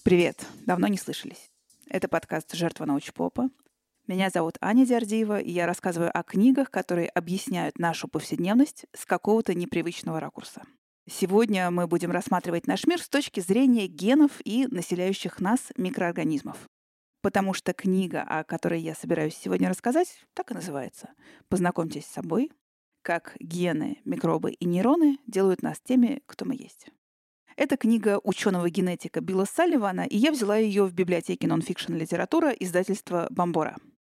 Привет! Давно не слышались. Это подкаст «Жертва научпопа». Меня зовут Аня Диардиева, и я рассказываю о книгах, которые объясняют нашу повседневность с какого-то непривычного ракурса. Сегодня мы будем рассматривать наш мир с точки зрения генов и населяющих нас микроорганизмов. Потому что книга, о которой я собираюсь сегодня рассказать, так и называется. Познакомьтесь с собой, как гены, микробы и нейроны делают нас теми, кто мы есть. Это книга ученого-генетика Билла Салливана, и я взяла ее в библиотеке нон-фикшн литература издательства «Бомбора».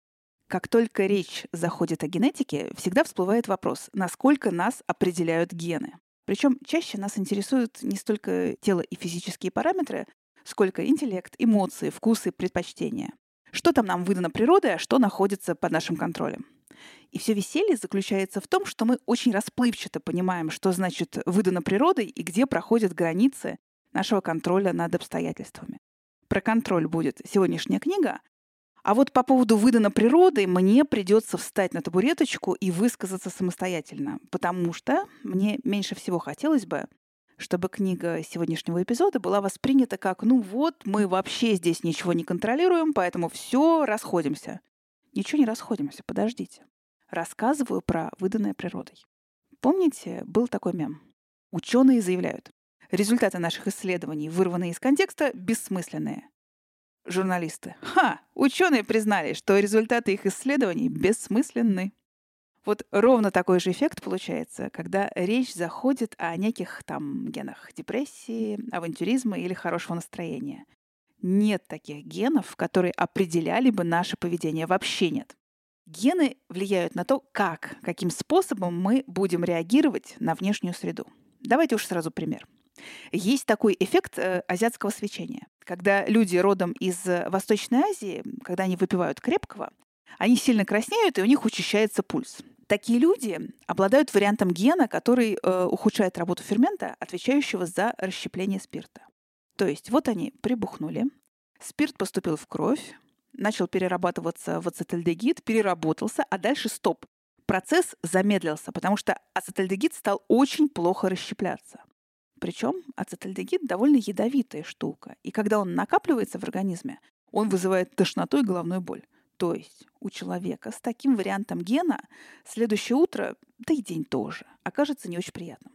Как только речь заходит о генетике, всегда всплывает вопрос, насколько нас определяют гены. Причем чаще нас интересуют не столько тело и физические параметры, сколько интеллект, эмоции, вкусы, предпочтения. Что там нам выдано природой, а что находится под нашим контролем. И все веселье заключается в том, что мы очень расплывчато понимаем, что значит выдано природой и где проходят границы нашего контроля над обстоятельствами. Про контроль будет сегодняшняя книга, а вот по поводу выдано природой мне придется встать на табуреточку и высказаться самостоятельно, потому что мне меньше всего хотелось бы, чтобы книга сегодняшнего эпизода была воспринята как мы вообще здесь ничего не контролируем, поэтому все, расходимся. Ничего не расходимся, подождите. Рассказываю про выданное природой. Помните, был такой мем? Ученые заявляют, результаты наших исследований, вырванные из контекста, бессмысленные. Журналисты. Ученые признали, что результаты их исследований бессмысленны. Вот ровно такой же эффект получается, когда речь заходит о неких генах депрессии, авантюризма или хорошего настроения. Нет таких генов, которые определяли бы наше поведение. Вообще нет. Гены влияют на то, каким способом мы будем реагировать на внешнюю среду. Давайте уж сразу пример. Есть такой эффект азиатского свечения. Когда люди родом из Восточной Азии, когда они выпивают крепкого, они сильно краснеют, и у них учащается пульс. Такие люди обладают вариантом гена, который ухудшает работу фермента, отвечающего за расщепление спирта. То есть вот они прибухнули, спирт поступил в кровь, начал перерабатываться в ацетальдегид, переработался, а дальше стоп. Процесс замедлился, потому что ацетальдегид стал очень плохо расщепляться. Причем ацетальдегид довольно ядовитая штука, и когда он накапливается в организме, он вызывает тошноту и головную боль. То есть у человека с таким вариантом гена следующее утро, да и день тоже, окажется не очень приятным.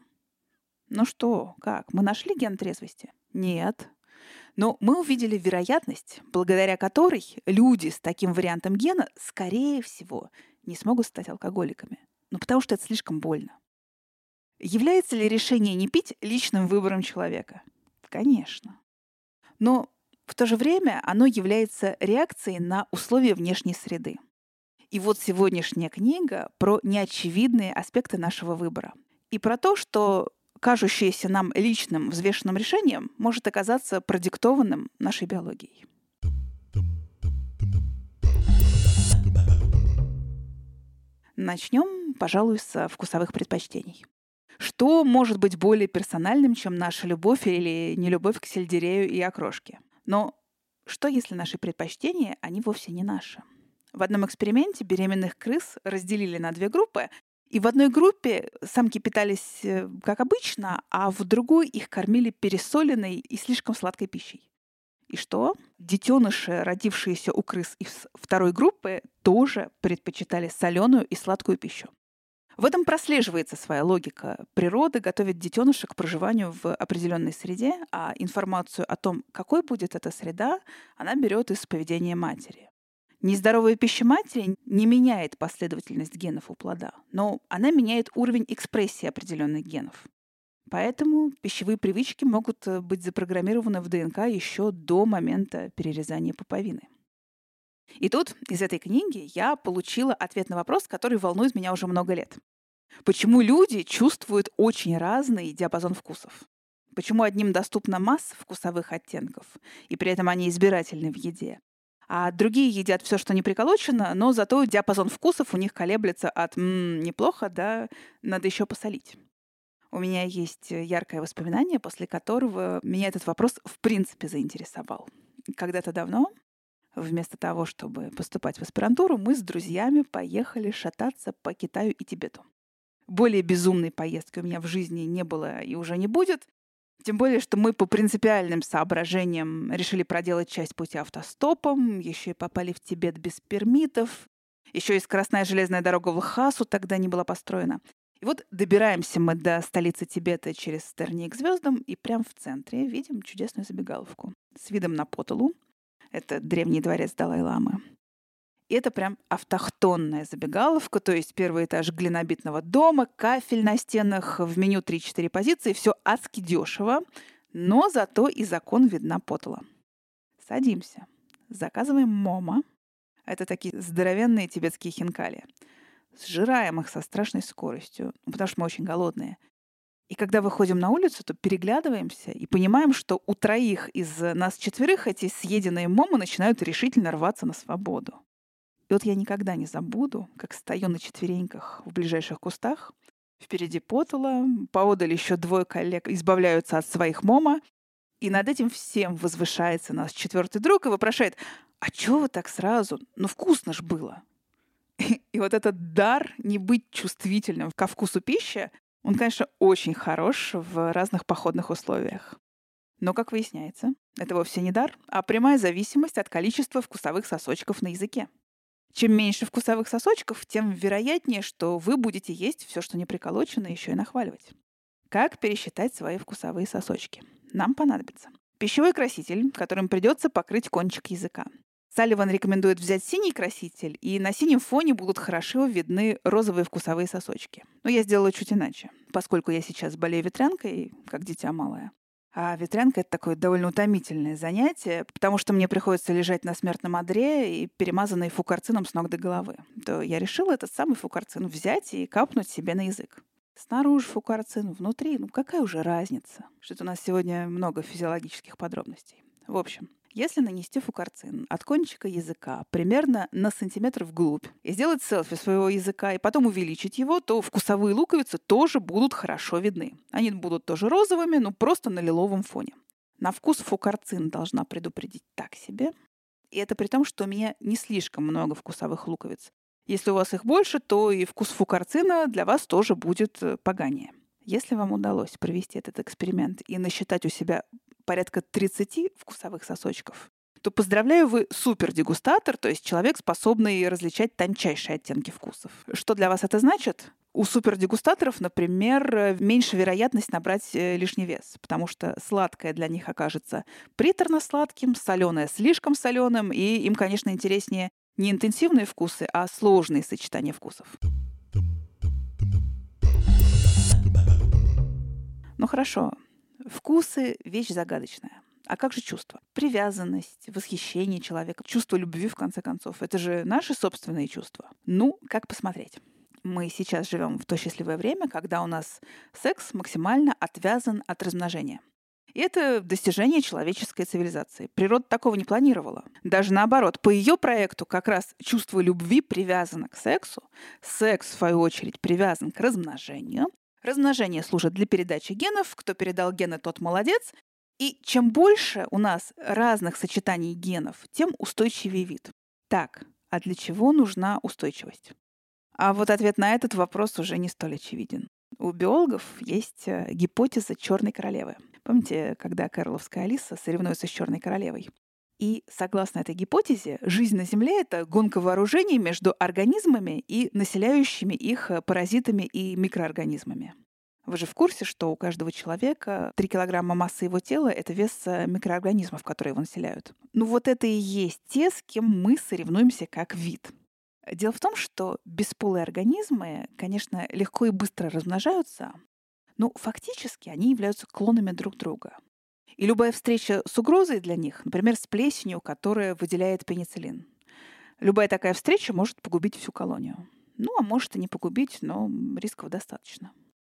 Ну что, как, мы нашли ген трезвости? Нет. Но мы увидели вероятность, благодаря которой люди с таким вариантом гена, скорее всего, не смогут стать алкоголиками. Потому что это слишком больно. Является ли решение не пить личным выбором человека? Конечно. Но в то же время оно является реакцией на условия внешней среды. И вот сегодняшняя книга про неочевидные аспекты нашего выбора. И про то, что кажущееся нам личным взвешенным решением может оказаться продиктованным нашей биологией. Начнем, пожалуй, со вкусовых предпочтений. Что может быть более персональным, чем наша любовь или нелюбовь к сельдерею и окрошке? Но что, если наши предпочтения, они вовсе не наши? В одном эксперименте беременных крыс разделили на две группы, и в одной группе самки питались как обычно, а в другой их кормили пересоленной и слишком сладкой пищей. И что? Детеныши, родившиеся у крыс из второй группы, тоже предпочитали соленую и сладкую пищу. В этом прослеживается своя логика. Природа готовит детеныша к проживанию в определенной среде, а информацию о том, какой будет эта среда, она берет из поведения матери. Нездоровая пища матери не меняет последовательность генов у плода, но она меняет уровень экспрессии определенных генов. Поэтому пищевые привычки могут быть запрограммированы в ДНК еще до момента перерезания пуповины. И тут из этой книги я получила ответ на вопрос, который волнует меня уже много лет. Почему люди чувствуют очень разный диапазон вкусов? Почему одним доступна масса вкусовых оттенков, и при этом они избирательны в еде, а другие едят все, что не приколочено, но зато диапазон вкусов у них колеблется от неплохо, да, надо еще посолить. У меня есть яркое воспоминание, после которого меня этот вопрос в принципе заинтересовал. Когда-то давно, вместо того, чтобы поступать в аспирантуру, мы с друзьями поехали шататься по Китаю и Тибету. Более безумной поездки у меня в жизни не было и уже не будет. Тем более, что мы по принципиальным соображениям решили проделать часть пути автостопом, еще и попали в Тибет без пермитов, еще и скоростная железная дорога в Лхасу тогда не была построена. И вот добираемся мы до столицы Тибета через Стерни к звездам, и прямо в центре видим чудесную забегаловку с видом на Поталу. Это древний дворец Далай-ламы. И это прям автохтонная забегаловка, то есть первый этаж глинобитного дома, кафель на стенах, в меню 3-4 позиции, все адски дешево, но зато и закон видна Потала. Садимся, заказываем момо. Это такие здоровенные тибетские хинкали. Сжираем их со страшной скоростью, потому что мы очень голодные. И когда выходим на улицу, то переглядываемся и понимаем, что у троих из нас четверых эти съеденные момо начинают решительно рваться на свободу. И вот я никогда не забуду, как стою на четвереньках в ближайших кустах. Впереди Потала, поодаль еще двое коллег избавляются от своих момо. И над этим всем возвышается наш четвертый друг и вопрошает: «А чё вы так сразу? Ну вкусно ж было!» И вот этот дар не быть чувствительным ко вкусу пищи, он, конечно, очень хорош в разных походных условиях. Но, как выясняется, это вовсе не дар, а прямая зависимость от количества вкусовых сосочков на языке. Чем меньше вкусовых сосочков, тем вероятнее, что вы будете есть все, что не приколочено, еще и нахваливать. Как пересчитать свои вкусовые сосочки? Нам понадобится пищевой краситель, которым придется покрыть кончик языка. Салливан рекомендует взять синий краситель, и на синем фоне будут хорошо видны розовые вкусовые сосочки. Но я сделала чуть иначе, поскольку я сейчас болею ветрянкой, как дитя малое. А ветрянка — это такое довольно утомительное занятие, потому что мне приходится лежать на смертном одре и перемазанной фукарцином с ног до головы. То я решила этот самый фукарцин взять и капнуть себе на язык. Снаружи фукарцин, внутри, какая уже разница? Что-то у нас сегодня много физиологических подробностей. В общем, если нанести фукарцин от кончика языка примерно на сантиметр вглубь и сделать селфи своего языка и потом увеличить его, то вкусовые луковицы тоже будут хорошо видны. Они будут тоже розовыми, но просто на лиловом фоне. На вкус фукарцин должна предупредить так себе. И это при том, что у меня не слишком много вкусовых луковиц. Если у вас их больше, то и вкус фукарцина для вас тоже будет поганее. Если вам удалось провести этот эксперимент и насчитать у себя порядка 30 вкусовых сосочков, то поздравляю, вы супердегустатор, то есть человек, способный различать тончайшие оттенки вкусов. Что для вас это значит? У супердегустаторов, например, меньше вероятность набрать лишний вес, потому что сладкое для них окажется приторно-сладким, соленое слишком соленым, и им, конечно, интереснее не интенсивные вкусы, а сложные сочетания вкусов. Ну хорошо, вкусы — вещь загадочная. А как же чувства? Привязанность, восхищение человека, чувство любви, в конце концов. Это же наши собственные чувства. Ну, как посмотреть? Мы сейчас живем в то счастливое время, когда у нас секс максимально отвязан от размножения. И это достижение человеческой цивилизации. Природа такого не планировала. Даже наоборот, по ее проекту как раз чувство любви привязано к сексу. Секс, в свою очередь, привязан к размножению. Размножение служит для передачи генов. Кто передал гены, тот молодец. И чем больше у нас разных сочетаний генов, тем устойчивее вид. Так, а для чего нужна устойчивость? А вот ответ на этот вопрос уже не столь очевиден. У биологов есть гипотеза черной королевы. Помните, когда Кэроловская Алиса соревнуется с черной королевой? И согласно этой гипотезе, жизнь на Земле — это гонка вооружений между организмами и населяющими их паразитами и микроорганизмами. Вы же в курсе, что у каждого человека 3 килограмма массы его тела — это вес микроорганизмов, которые его населяют. Ну вот это и есть те, с кем мы соревнуемся как вид. Дело в том, что бесполые организмы, конечно, легко и быстро размножаются, но фактически они являются клонами друг друга. И любая встреча с угрозой для них, например, с плесенью, которая выделяет пенициллин, любая такая встреча может погубить всю колонию. Ну, а может и не погубить, но рисков достаточно.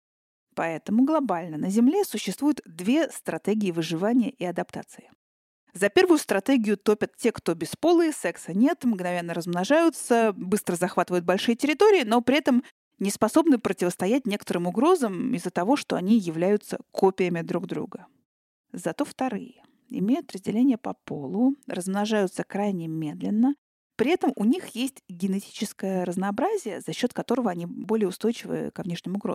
Поэтому глобально на Земле существует 2 стратегии выживания и адаптации. За первую стратегию топят те, кто бесполые, секса нет, мгновенно размножаются, быстро захватывают большие территории, но при этом не способны противостоять некоторым угрозам из-за того, что они являются копиями друг друга. Зато вторые имеют разделение по полу, размножаются крайне медленно, при этом у них есть генетическое разнообразие, за счет которого они более устойчивы ко внешним угрозам.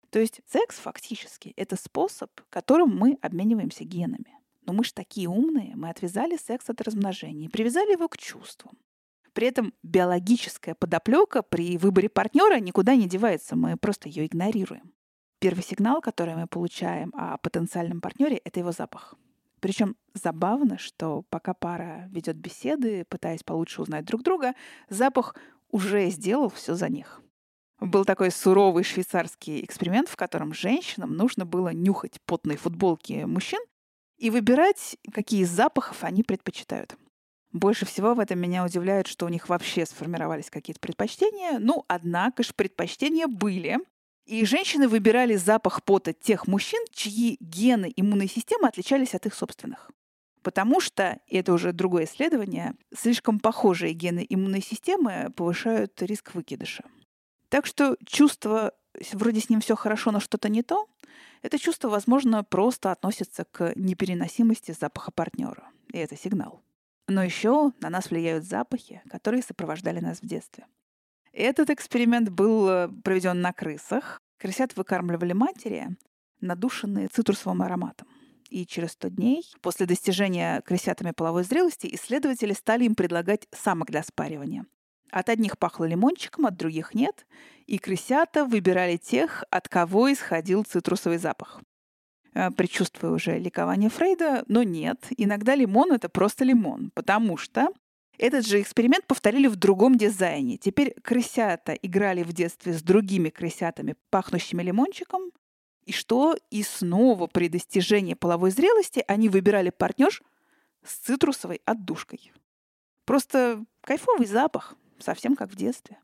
То есть секс фактически — это способ, которым мы обмениваемся генами. Но мы ж такие умные, мы отвязали секс от размножения и привязали его к чувствам. При этом биологическая подоплека при выборе партнера никуда не девается, мы просто ее игнорируем. Первый сигнал, который мы получаем о потенциальном партнере, это его запах. Причем забавно, что пока пара ведет беседы, пытаясь получше узнать друг друга, запах уже сделал все за них. Был такой суровый швейцарский эксперимент, в котором женщинам нужно было нюхать потные футболки мужчин и выбирать, какие из запахов они предпочитают. Больше всего в этом меня удивляет, что у них вообще сформировались какие-то предпочтения. Однако ж предпочтения были. И женщины выбирали запах пота тех мужчин, чьи гены иммунной системы отличались от их собственных. Потому что, и это уже другое исследование, слишком похожие гены иммунной системы повышают риск выкидыша. Так что чувство, вроде с ним все хорошо, но что-то не то, это чувство, возможно, просто относится к непереносимости запаха партнера. И это сигнал. Но еще на нас влияют запахи, которые сопровождали нас в детстве. Этот эксперимент был проведен на крысах. Крысят выкармливали матери, надушенные цитрусовым ароматом. И через 100 дней, после достижения крысятами половой зрелости, исследователи стали им предлагать самок для спаривания. От одних пахло лимончиком, от других нет. И крысята выбирали тех, от кого исходил цитрусовый запах. Предчувствую уже ликование Фрейда, но нет. Иногда лимон — это просто лимон, потому что этот же эксперимент повторили в другом дизайне. Теперь крысята играли в детстве с другими крысятами, пахнущими лимончиком. И снова при достижении половой зрелости они выбирали партнёрш с цитрусовой отдушкой. Просто кайфовый запах, совсем как в детстве.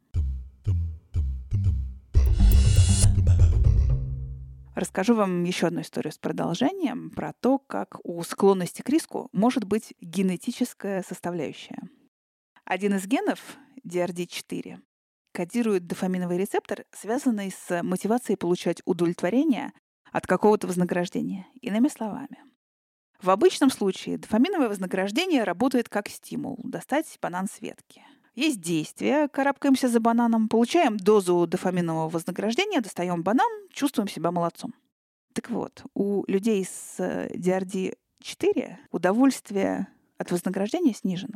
Расскажу вам еще одну историю с продолжением про то, как у склонности к риску может быть генетическая составляющая. Один из генов, DRD4, кодирует дофаминовый рецептор, связанный с мотивацией получать удовлетворение от какого-то вознаграждения. Иными словами, в обычном случае дофаминовое вознаграждение работает как стимул – достать банан с ветки. Есть действие, карабкаемся за бананом, получаем дозу дофаминового вознаграждения, достаем банан, чувствуем себя молодцом. Так вот, у людей с DRD4 удовольствие от вознаграждения снижено.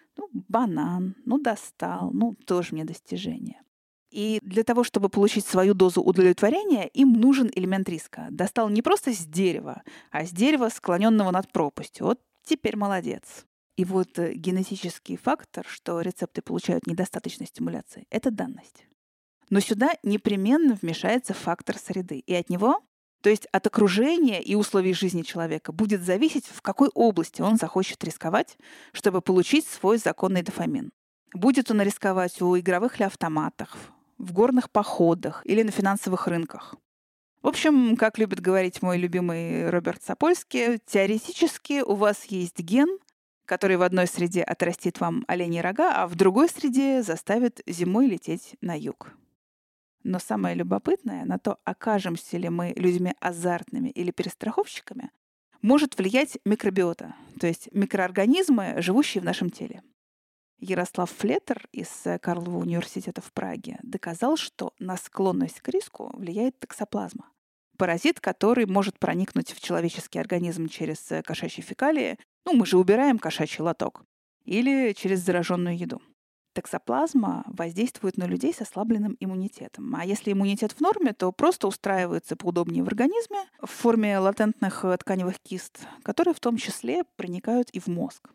Банан, достал, тоже мне достижение. И для того, чтобы получить свою дозу удовлетворения, им нужен элемент риска. Достал не просто с дерева, а с дерева, склоненного над пропастью. Вот теперь молодец. И вот генетический фактор, что рецепты получают недостаточно стимуляции, это данность. Но сюда непременно вмешается фактор среды. И от него, то есть от окружения и условий жизни человека, будет зависеть, в какой области он захочет рисковать, чтобы получить свой законный дофамин. Будет он рисковать у игровых ли автоматов, в горных походах или на финансовых рынках. В общем, как любит говорить мой любимый Роберт Сапольский, теоретически у вас есть ген, который в одной среде отрастит вам оленьи рога, а в другой среде заставит зимой лететь на юг. Но самое любопытное, на то, окажемся ли мы людьми азартными или перестраховщиками, может влиять микробиота, то есть микроорганизмы, живущие в нашем теле. Ярослав Флетер из Карлового университета в Праге доказал, что на склонность к риску влияет токсоплазма. Паразит, который может проникнуть в человеческий организм через кошачьи фекалии, мы же убираем кошачий лоток, или через зараженную еду. Токсоплазма воздействует на людей с ослабленным иммунитетом. А если иммунитет в норме, то просто устраивается поудобнее в организме в форме латентных тканевых кист, которые в том числе проникают и в мозг.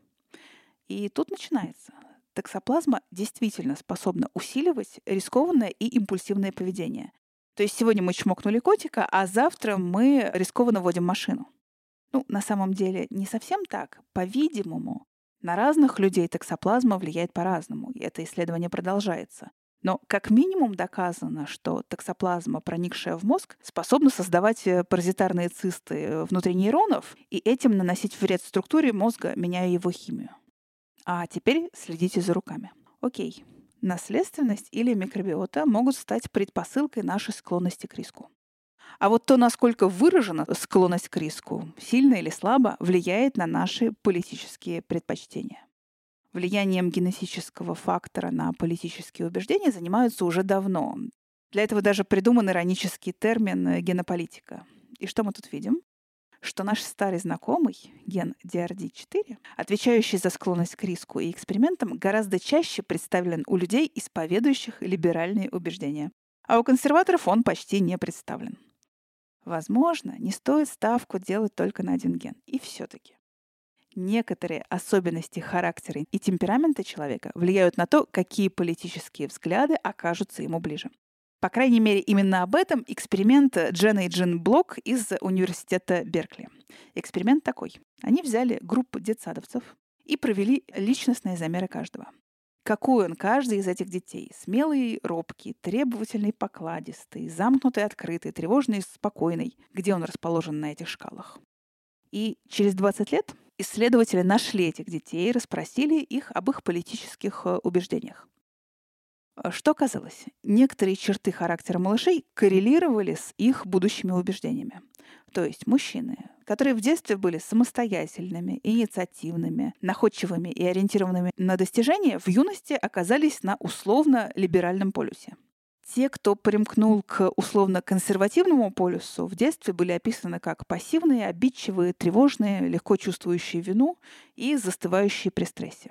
И тут начинается. Токсоплазма действительно способна усиливать рискованное и импульсивное поведение. То есть сегодня мы чмокнули котика, а завтра мы рискованно водим машину. На самом деле не совсем так. По-видимому, на разных людей токсоплазма влияет по-разному, и это исследование продолжается. Но как минимум доказано, что токсоплазма, проникшая в мозг, способна создавать паразитарные цисты внутри нейронов и этим наносить вред структуре мозга, меняя его химию. А теперь следите за руками. Окей. Наследственность или микробиота могут стать предпосылкой нашей склонности к риску. А вот то, насколько выражена склонность к риску, сильно или слабо, влияет на наши политические предпочтения. Влиянием генетического фактора на политические убеждения занимаются уже давно. Для этого даже придуман иронический термин генополитика. И что мы тут видим? Что наш старый знакомый, ген DRD4, отвечающий за склонность к риску и экспериментам, гораздо чаще представлен у людей, исповедующих либеральные убеждения. А у консерваторов он почти не представлен. Возможно, не стоит ставку делать только на один ген. И все-таки некоторые особенности характера и темперамента человека влияют на то, какие политические взгляды окажутся ему ближе. По крайней мере, именно об этом эксперимент Джена и Джин Блок из университета Беркли. Эксперимент такой. Они взяли группу детсадовцев и провели личностные замеры каждого. Какой он, каждый из этих детей? Смелый, робкий, требовательный, покладистый, замкнутый, открытый, тревожный, спокойный. Где он расположен на этих шкалах? И через 20 лет исследователи нашли этих детей, расспросили их об их политических убеждениях. Что оказалось? Некоторые черты характера малышей коррелировали с их будущими убеждениями. То есть мужчины, которые в детстве были самостоятельными, инициативными, находчивыми и ориентированными на достижения, в юности оказались на условно-либеральном полюсе. Те, кто примкнул к условно-консервативному полюсу, в детстве были описаны как пассивные, обидчивые, тревожные, легко чувствующие вину и застывающие при стрессе.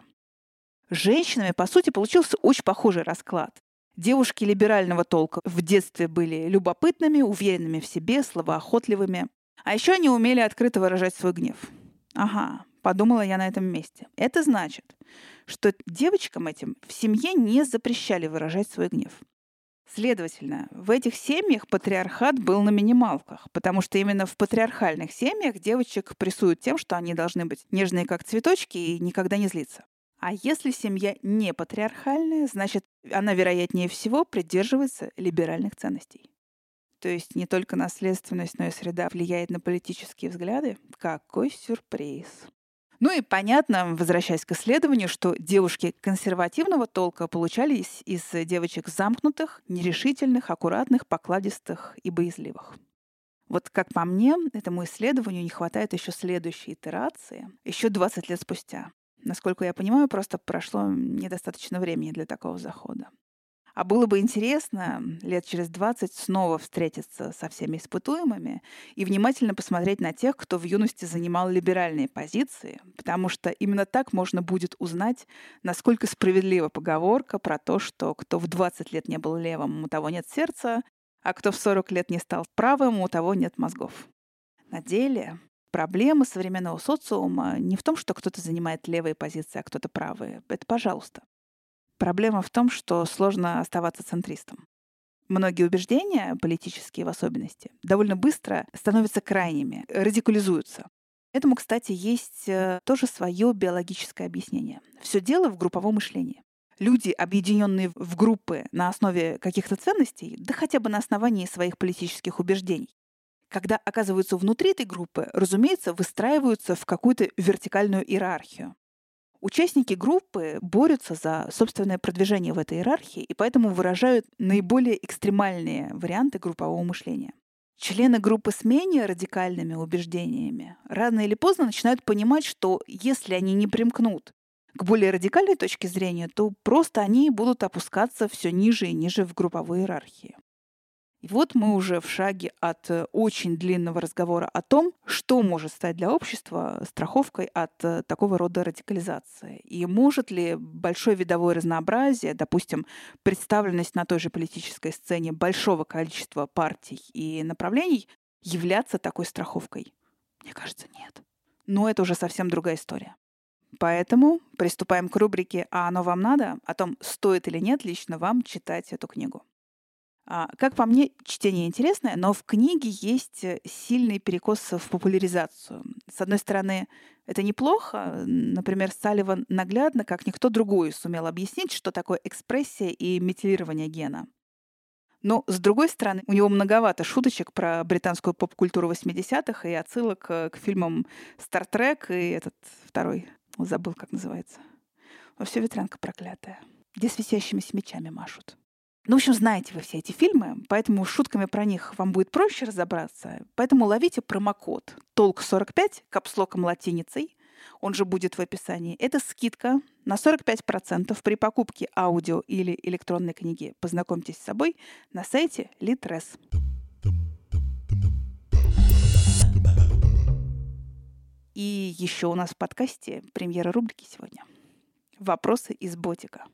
С женщинами, по сути, получился очень похожий расклад. Девушки либерального толка в детстве были любопытными, уверенными в себе, словоохотливыми. А еще они умели открыто выражать свой гнев. Ага, подумала я на этом месте. Это значит, что девочкам этим в семье не запрещали выражать свой гнев. Следовательно, в этих семьях патриархат был на минималках, потому что именно в патриархальных семьях девочек прессуют тем, что они должны быть нежные, как цветочки, и никогда не злиться. А если семья не патриархальная, значит, она, вероятнее всего, придерживается либеральных ценностей. То есть не только наследственность, но и среда влияет на политические взгляды? Какой сюрприз! Ну и понятно, возвращаясь к исследованию, что девушки консервативного толка получались из девочек замкнутых, нерешительных, аккуратных, покладистых и боязливых. Вот как по мне, этому исследованию не хватает еще следующей итерации, еще 20 лет спустя. Насколько я понимаю, просто прошло недостаточно времени для такого захода. А было бы интересно лет через 20 снова встретиться со всеми испытуемыми и внимательно посмотреть на тех, кто в юности занимал либеральные позиции, потому что именно так можно будет узнать, насколько справедлива поговорка про то, что кто в 20 лет не был левым, у того нет сердца, а кто в 40 лет не стал правым, у того нет мозгов. На деле проблема современного социума не в том, что кто-то занимает левые позиции, а кто-то правые. Это пожалуйста. Проблема в том, что сложно оставаться центристом. Многие убеждения, политические в особенности, довольно быстро становятся крайними, радикализуются. Этому, кстати, есть тоже свое биологическое объяснение. Все дело в групповом мышлении. Люди, объединенные в группы на основе каких-то ценностей, да хотя бы на основании своих политических убеждений, когда оказываются внутри этой группы, разумеется, выстраиваются в какую-то вертикальную иерархию. Участники группы борются за собственное продвижение в этой иерархии и поэтому выражают наиболее экстремальные варианты группового мышления. Члены группы с менее радикальными убеждениями рано или поздно начинают понимать, что если они не примкнут к более радикальной точке зрения, то просто они будут опускаться все ниже и ниже в групповой иерархии. И вот мы уже в шаге от очень длинного разговора о том, что может стать для общества страховкой от такого рода радикализации. И может ли большое видовое разнообразие, допустим, представленность на той же политической сцене большого количества партий и направлений являться такой страховкой? Мне кажется, нет. Но это уже совсем другая история. Поэтому приступаем к рубрике «А оно вам надо?» о том, стоит или нет лично вам читать эту книгу. Как по мне, чтение интересное, но в книге есть сильный перекос в популяризацию. С одной стороны, это неплохо. Например, Салливан наглядно, как никто другой, сумел объяснить, что такое экспрессия и метилирование гена. Но, с другой стороны, у него многовато шуточек про британскую поп-культуру 80-х и отсылок к фильмам «Стартрек» и этот второй, забыл, как называется. Но все ветрянка проклятая, где с висящимися мечами машут. Ну, в общем, знаете вы все эти фильмы, поэтому шутками про них вам будет проще разобраться. Поэтому ловите промокод «Толк45» капслоком латиницей он же будет в описании. Это скидка на 45% при покупке аудио или электронной книги «Познакомьтесь с собой» на сайте Litres. И еще у нас в подкасте премьера рубрики сегодня. Вопросы из ботика.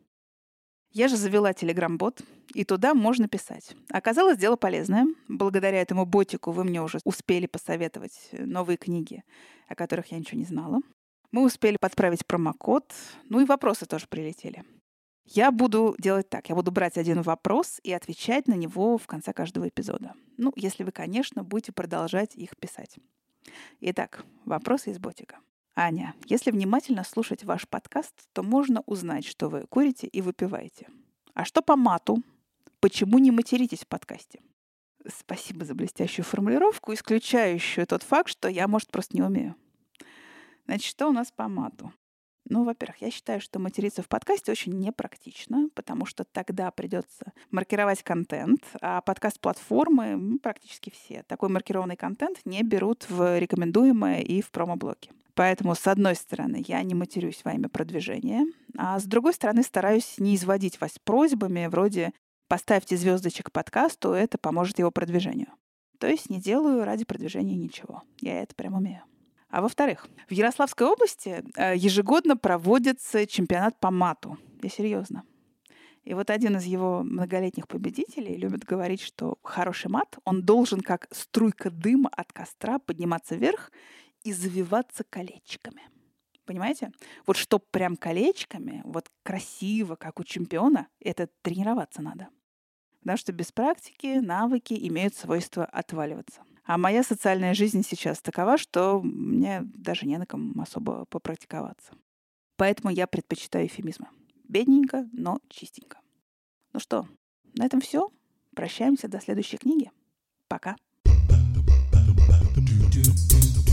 Я же завела Telegram-бот, и туда можно писать. Оказалось, дело полезное. Благодаря этому ботику вы мне уже успели посоветовать новые книги, о которых я ничего не знала. Мы успели подправить промокод, и вопросы тоже прилетели. Я буду делать так. Я буду брать один вопрос и отвечать на него в конце каждого эпизода. Если вы, конечно, будете продолжать их писать. Итак, вопросы из ботика. Аня, если внимательно слушать ваш подкаст, то можно узнать, что вы курите и выпиваете. А что по мату? Почему не материтесь в подкасте? Спасибо за блестящую формулировку, исключающую тот факт, что я, может, просто не умею. Значит, что у нас по мату? Во-первых, я считаю, что материться в подкасте очень непрактично, потому что тогда придется маркировать контент, а подкаст-платформы, практически все, такой маркированный контент не берут в рекомендуемое и в промо-блоки. Поэтому, с одной стороны, я не матерюсь во имя продвижения, а с другой стороны, стараюсь не изводить вас просьбами вроде «поставьте звездочек подкасту, это поможет его продвижению». То есть не делаю ради продвижения ничего. Я это прям умею. А во-вторых, в Ярославской области ежегодно проводится чемпионат по мату. Я серьезно. И вот один из его многолетних победителей любит говорить, что хороший мат, он должен как струйка дыма от костра подниматься вверх и завиваться колечками. Понимаете? Вот чтоб прям колечками, вот красиво, как у чемпиона, это тренироваться надо. Потому что без практики навыки имеют свойство отваливаться. А моя социальная жизнь сейчас такова, что мне даже не на ком особо попрактиковаться. Поэтому я предпочитаю эвфемизмы. Бедненько, но чистенько. Ну что, на этом все. Прощаемся до следующей книги. Пока.